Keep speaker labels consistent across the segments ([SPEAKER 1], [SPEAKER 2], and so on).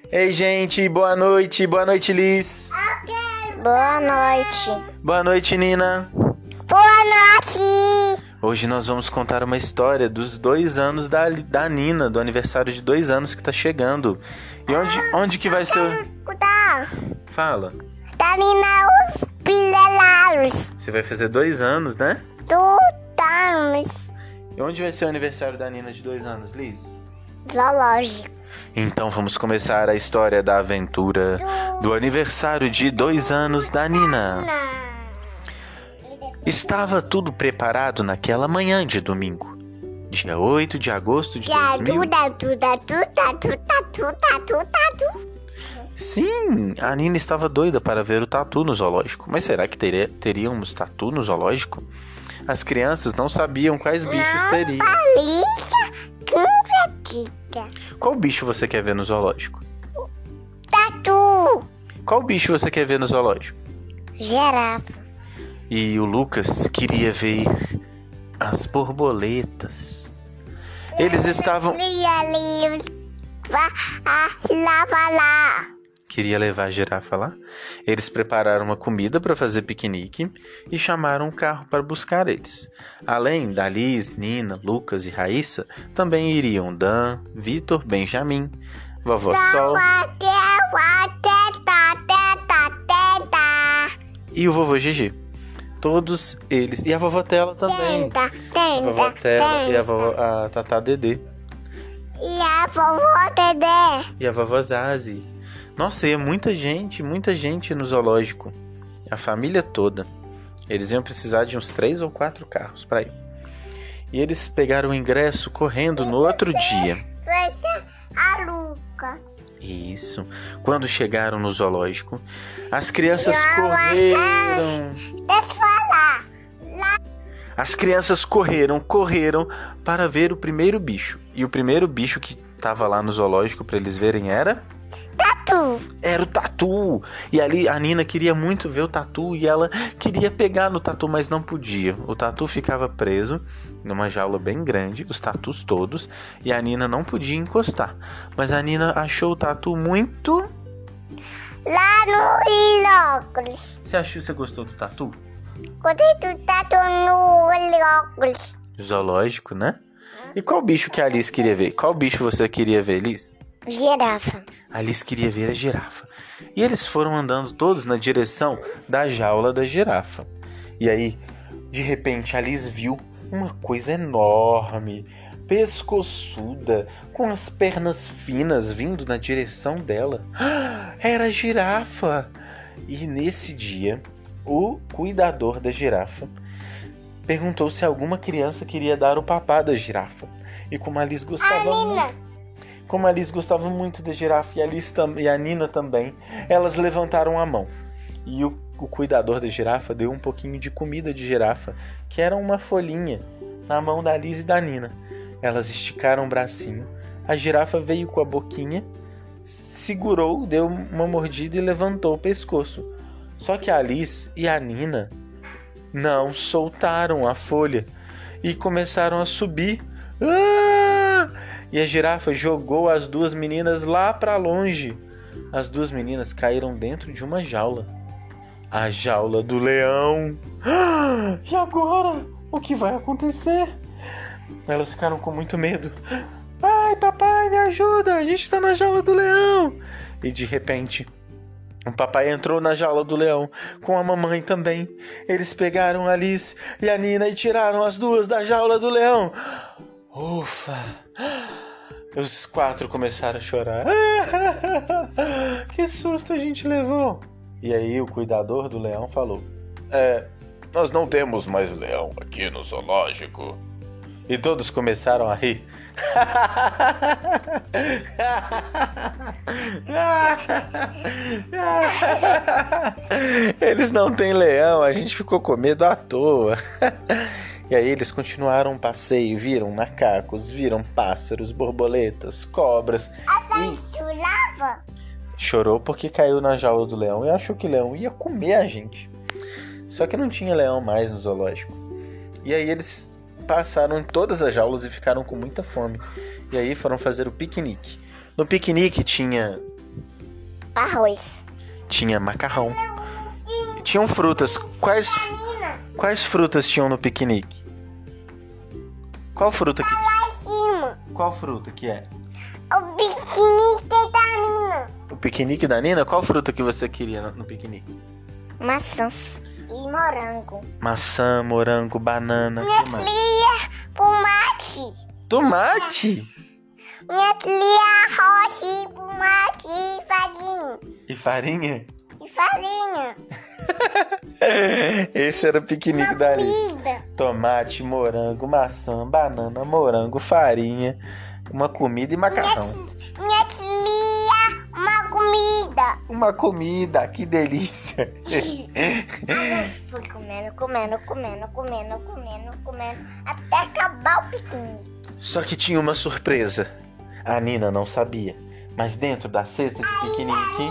[SPEAKER 1] Ei, gente, boa noite. Boa noite, Liz.
[SPEAKER 2] Boa noite.
[SPEAKER 1] Boa noite, Nina.
[SPEAKER 2] Boa noite.
[SPEAKER 1] Hoje nós vamos contar uma história dos 2 anos da Nina, do aniversário de 2 anos que tá chegando. E onde que vai ser? Fala.
[SPEAKER 2] Da Nina, os pilares.
[SPEAKER 1] Você vai fazer 2 anos, né?
[SPEAKER 2] 2 anos.
[SPEAKER 1] E onde vai ser o aniversário da Nina de 2 anos, Liz?
[SPEAKER 2] Zoológico.
[SPEAKER 1] Então vamos começar a história da aventura do aniversário de 2 anos da Nina. Estava tudo preparado naquela manhã de domingo, dia 8 de agosto de 2000. Sim, a Nina estava doida para ver o tatu no zoológico. Mas será que teríamos tatu no zoológico? As crianças não sabiam quais bichos teriam. Qual bicho você quer ver no zoológico?
[SPEAKER 2] Tatu.
[SPEAKER 1] Qual bicho você quer ver no zoológico?
[SPEAKER 2] Girafa.
[SPEAKER 1] E o Lucas queria ver as borboletas. Eles estavam... Queria levar a girafa lá. Eles prepararam uma comida para fazer piquenique e chamaram um carro para buscar eles. Além da Liz, Nina, Lucas e Raíssa, também iriam Dan, Vitor, Benjamin, Vovó Sol e o Vovô GG. Todos eles. E a Vovó Tela também. A Vovó Tela e a Tatá Dedê.
[SPEAKER 2] E a Vovó Dedê.
[SPEAKER 1] E a Vovó Zazi. Nossa, ia muita gente no zoológico. A família toda. Eles iam precisar de uns 3 ou 4 carros para ir. E eles pegaram o ingresso correndo no outro dia.
[SPEAKER 2] A Lucas.
[SPEAKER 1] Isso. Quando chegaram no zoológico, as crianças correram.
[SPEAKER 2] Deixa eu falar.
[SPEAKER 1] As crianças correram para ver o primeiro bicho. E o primeiro bicho que estava lá no zoológico para eles verem era... Era o tatu. E ali a Nina queria muito ver o tatu e ela queria pegar no tatu, mas não podia. O tatu ficava preso numa jaula bem grande, os tatus todos, e a Nina não podia encostar. Mas a Nina achou o tatu muito...
[SPEAKER 2] Lá no óculos.
[SPEAKER 1] Você gostou do tatu?
[SPEAKER 2] Gostei do tatu no óculos.
[SPEAKER 1] Zoológico, né? E qual bicho que a Alice queria ver? Qual bicho você queria ver, Liz?
[SPEAKER 2] Girafa.
[SPEAKER 1] A Alice queria ver a girafa. E eles foram andando todos na direção da jaula da girafa. E aí, de repente, a Alice viu uma coisa enorme, pescoçuda, com as pernas finas vindo na direção dela. Era a girafa! E nesse dia, o cuidador da girafa perguntou se alguma criança queria dar o papá da girafa. E como a Alice gostava muito da girafa e a Nina também, elas levantaram a mão. E o cuidador da girafa deu um pouquinho de comida de girafa, que era uma folhinha, na mão da Liz e da Nina. Elas esticaram o bracinho, a girafa veio com a boquinha, segurou, deu uma mordida e levantou o pescoço. Só que a Liz e a Nina não soltaram a folha e começaram a subir. E a girafa jogou as 2 meninas lá para longe. As 2 meninas caíram dentro de uma jaula. A jaula do leão. E agora? O que vai acontecer? Elas ficaram com muito medo. Ai, papai, me ajuda! A gente está na jaula do leão. E de repente, o papai entrou na jaula do leão com a mamãe também. Eles pegaram a Liz e a Nina e tiraram as 2 da jaula do leão. Ufa! Os 4 começaram a chorar. Que susto a gente levou! E aí o cuidador do leão falou: nós não temos mais leão aqui no zoológico. E todos começaram a rir. Eles não têm leão, a gente ficou com medo à toa. E aí eles continuaram o passeio, viram macacos, viram pássaros, borboletas, cobras.
[SPEAKER 2] Chorava?
[SPEAKER 1] Chorou porque caiu na jaula do leão e achou que o leão ia comer a gente. Só que não tinha leão mais no zoológico. E aí eles passaram em todas as jaulas e ficaram com muita fome. E aí foram fazer o piquenique. No piquenique tinha
[SPEAKER 2] Arroz.
[SPEAKER 1] Tinha macarrão. Tinham frutas. Quais frutas tinham no piquenique? Qual fruta que
[SPEAKER 2] Lá em cima.
[SPEAKER 1] Qual fruta que é?
[SPEAKER 2] O piquenique da Nina.
[SPEAKER 1] O piquenique da Nina? Qual fruta que você queria no piquenique?
[SPEAKER 2] Maçãs e morango.
[SPEAKER 1] Maçã, morango, banana.
[SPEAKER 2] Minha
[SPEAKER 1] Que mais?
[SPEAKER 2] tia, tomate.
[SPEAKER 1] Tomate!
[SPEAKER 2] Minha tia, arroz, tomate e farinha.
[SPEAKER 1] E farinha?
[SPEAKER 2] E farinha.
[SPEAKER 1] Esse era o piquenique da Nina.
[SPEAKER 2] Comida.
[SPEAKER 1] Tomate, morango, maçã, banana, morango, farinha, uma comida e macarrão.
[SPEAKER 2] Minha tia, uma comida.
[SPEAKER 1] Uma comida, que delícia!
[SPEAKER 2] Aí eu fui comendo, até acabar o piquenique.
[SPEAKER 1] Só que tinha uma surpresa. A Nina não sabia. Mas dentro da cesta de piquenique,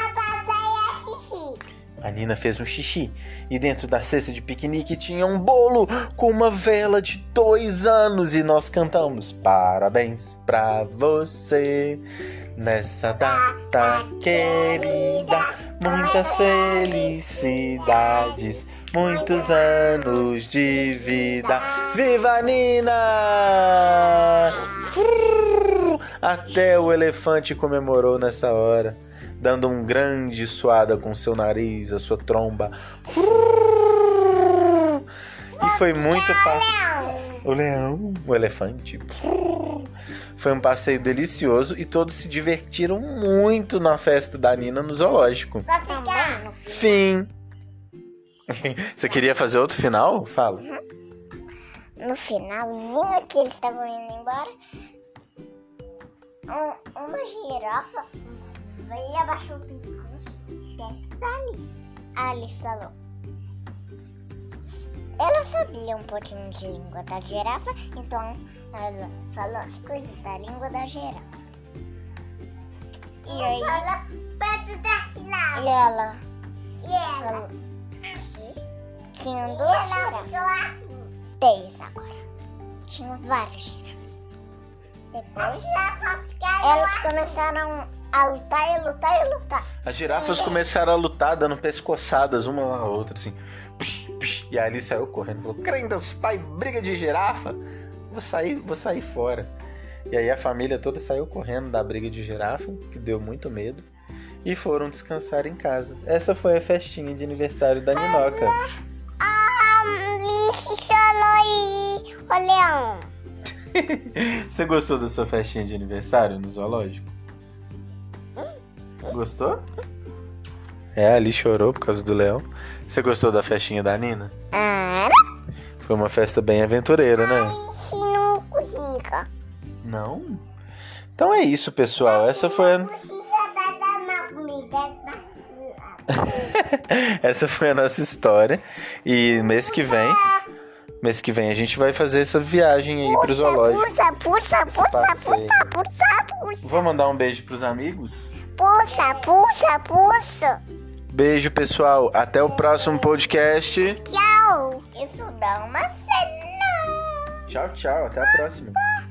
[SPEAKER 1] a Nina fez um xixi. E dentro da cesta de piquenique tinha um bolo com uma vela de 2 anos. E nós cantamos: parabéns pra você nessa data querida. Muitas felicidades, muitos anos de vida. Viva a Nina! Até o elefante comemorou nessa hora, dando um grande suada com seu nariz, a sua tromba. E foi muito fácil. O leão, o elefante. Foi um passeio delicioso e todos se divertiram muito na festa da Nina no zoológico. Fim. Você queria fazer outro final? Fala.
[SPEAKER 2] No finalzinho que eles estavam indo embora, uma girafa veio e abaixou o pescoço perto da Alice. A Alice falou. Ela sabia um pouquinho de língua da girafa, então ela falou as coisas da língua da girafa. E aí ela falou que tinham 2 girafas. 3 agora. Tinham várias girafas. Depois elas começaram a lutar.
[SPEAKER 1] As girafas começaram a lutar, dando pescoçadas uma na outra, assim. E a Alice saiu correndo e falou: Crendas, pai, briga de girafa? Vou sair fora. E aí a família toda saiu correndo da briga de girafa, que deu muito medo, e foram descansar em casa. Essa foi a festinha de aniversário da Ninoca.
[SPEAKER 2] Alice falou o leão.
[SPEAKER 1] Você gostou da sua festinha de aniversário no zoológico? Gostou? É, a Alice chorou por causa do leão. Você gostou da festinha da Nina? Foi uma festa bem aventureira, né?
[SPEAKER 2] Alice não cozinha.
[SPEAKER 1] Não? Então é isso, pessoal. Essa foi a... Essa foi a nossa história. E mês que vem a gente vai fazer essa viagem aí pro zoológico.
[SPEAKER 2] Puxa.
[SPEAKER 1] Vou mandar um beijo pros amigos.
[SPEAKER 2] Puxa.
[SPEAKER 1] Beijo, pessoal. Até o próximo podcast.
[SPEAKER 2] Tchau. Isso dá uma cena.
[SPEAKER 1] Tchau. Até a próxima.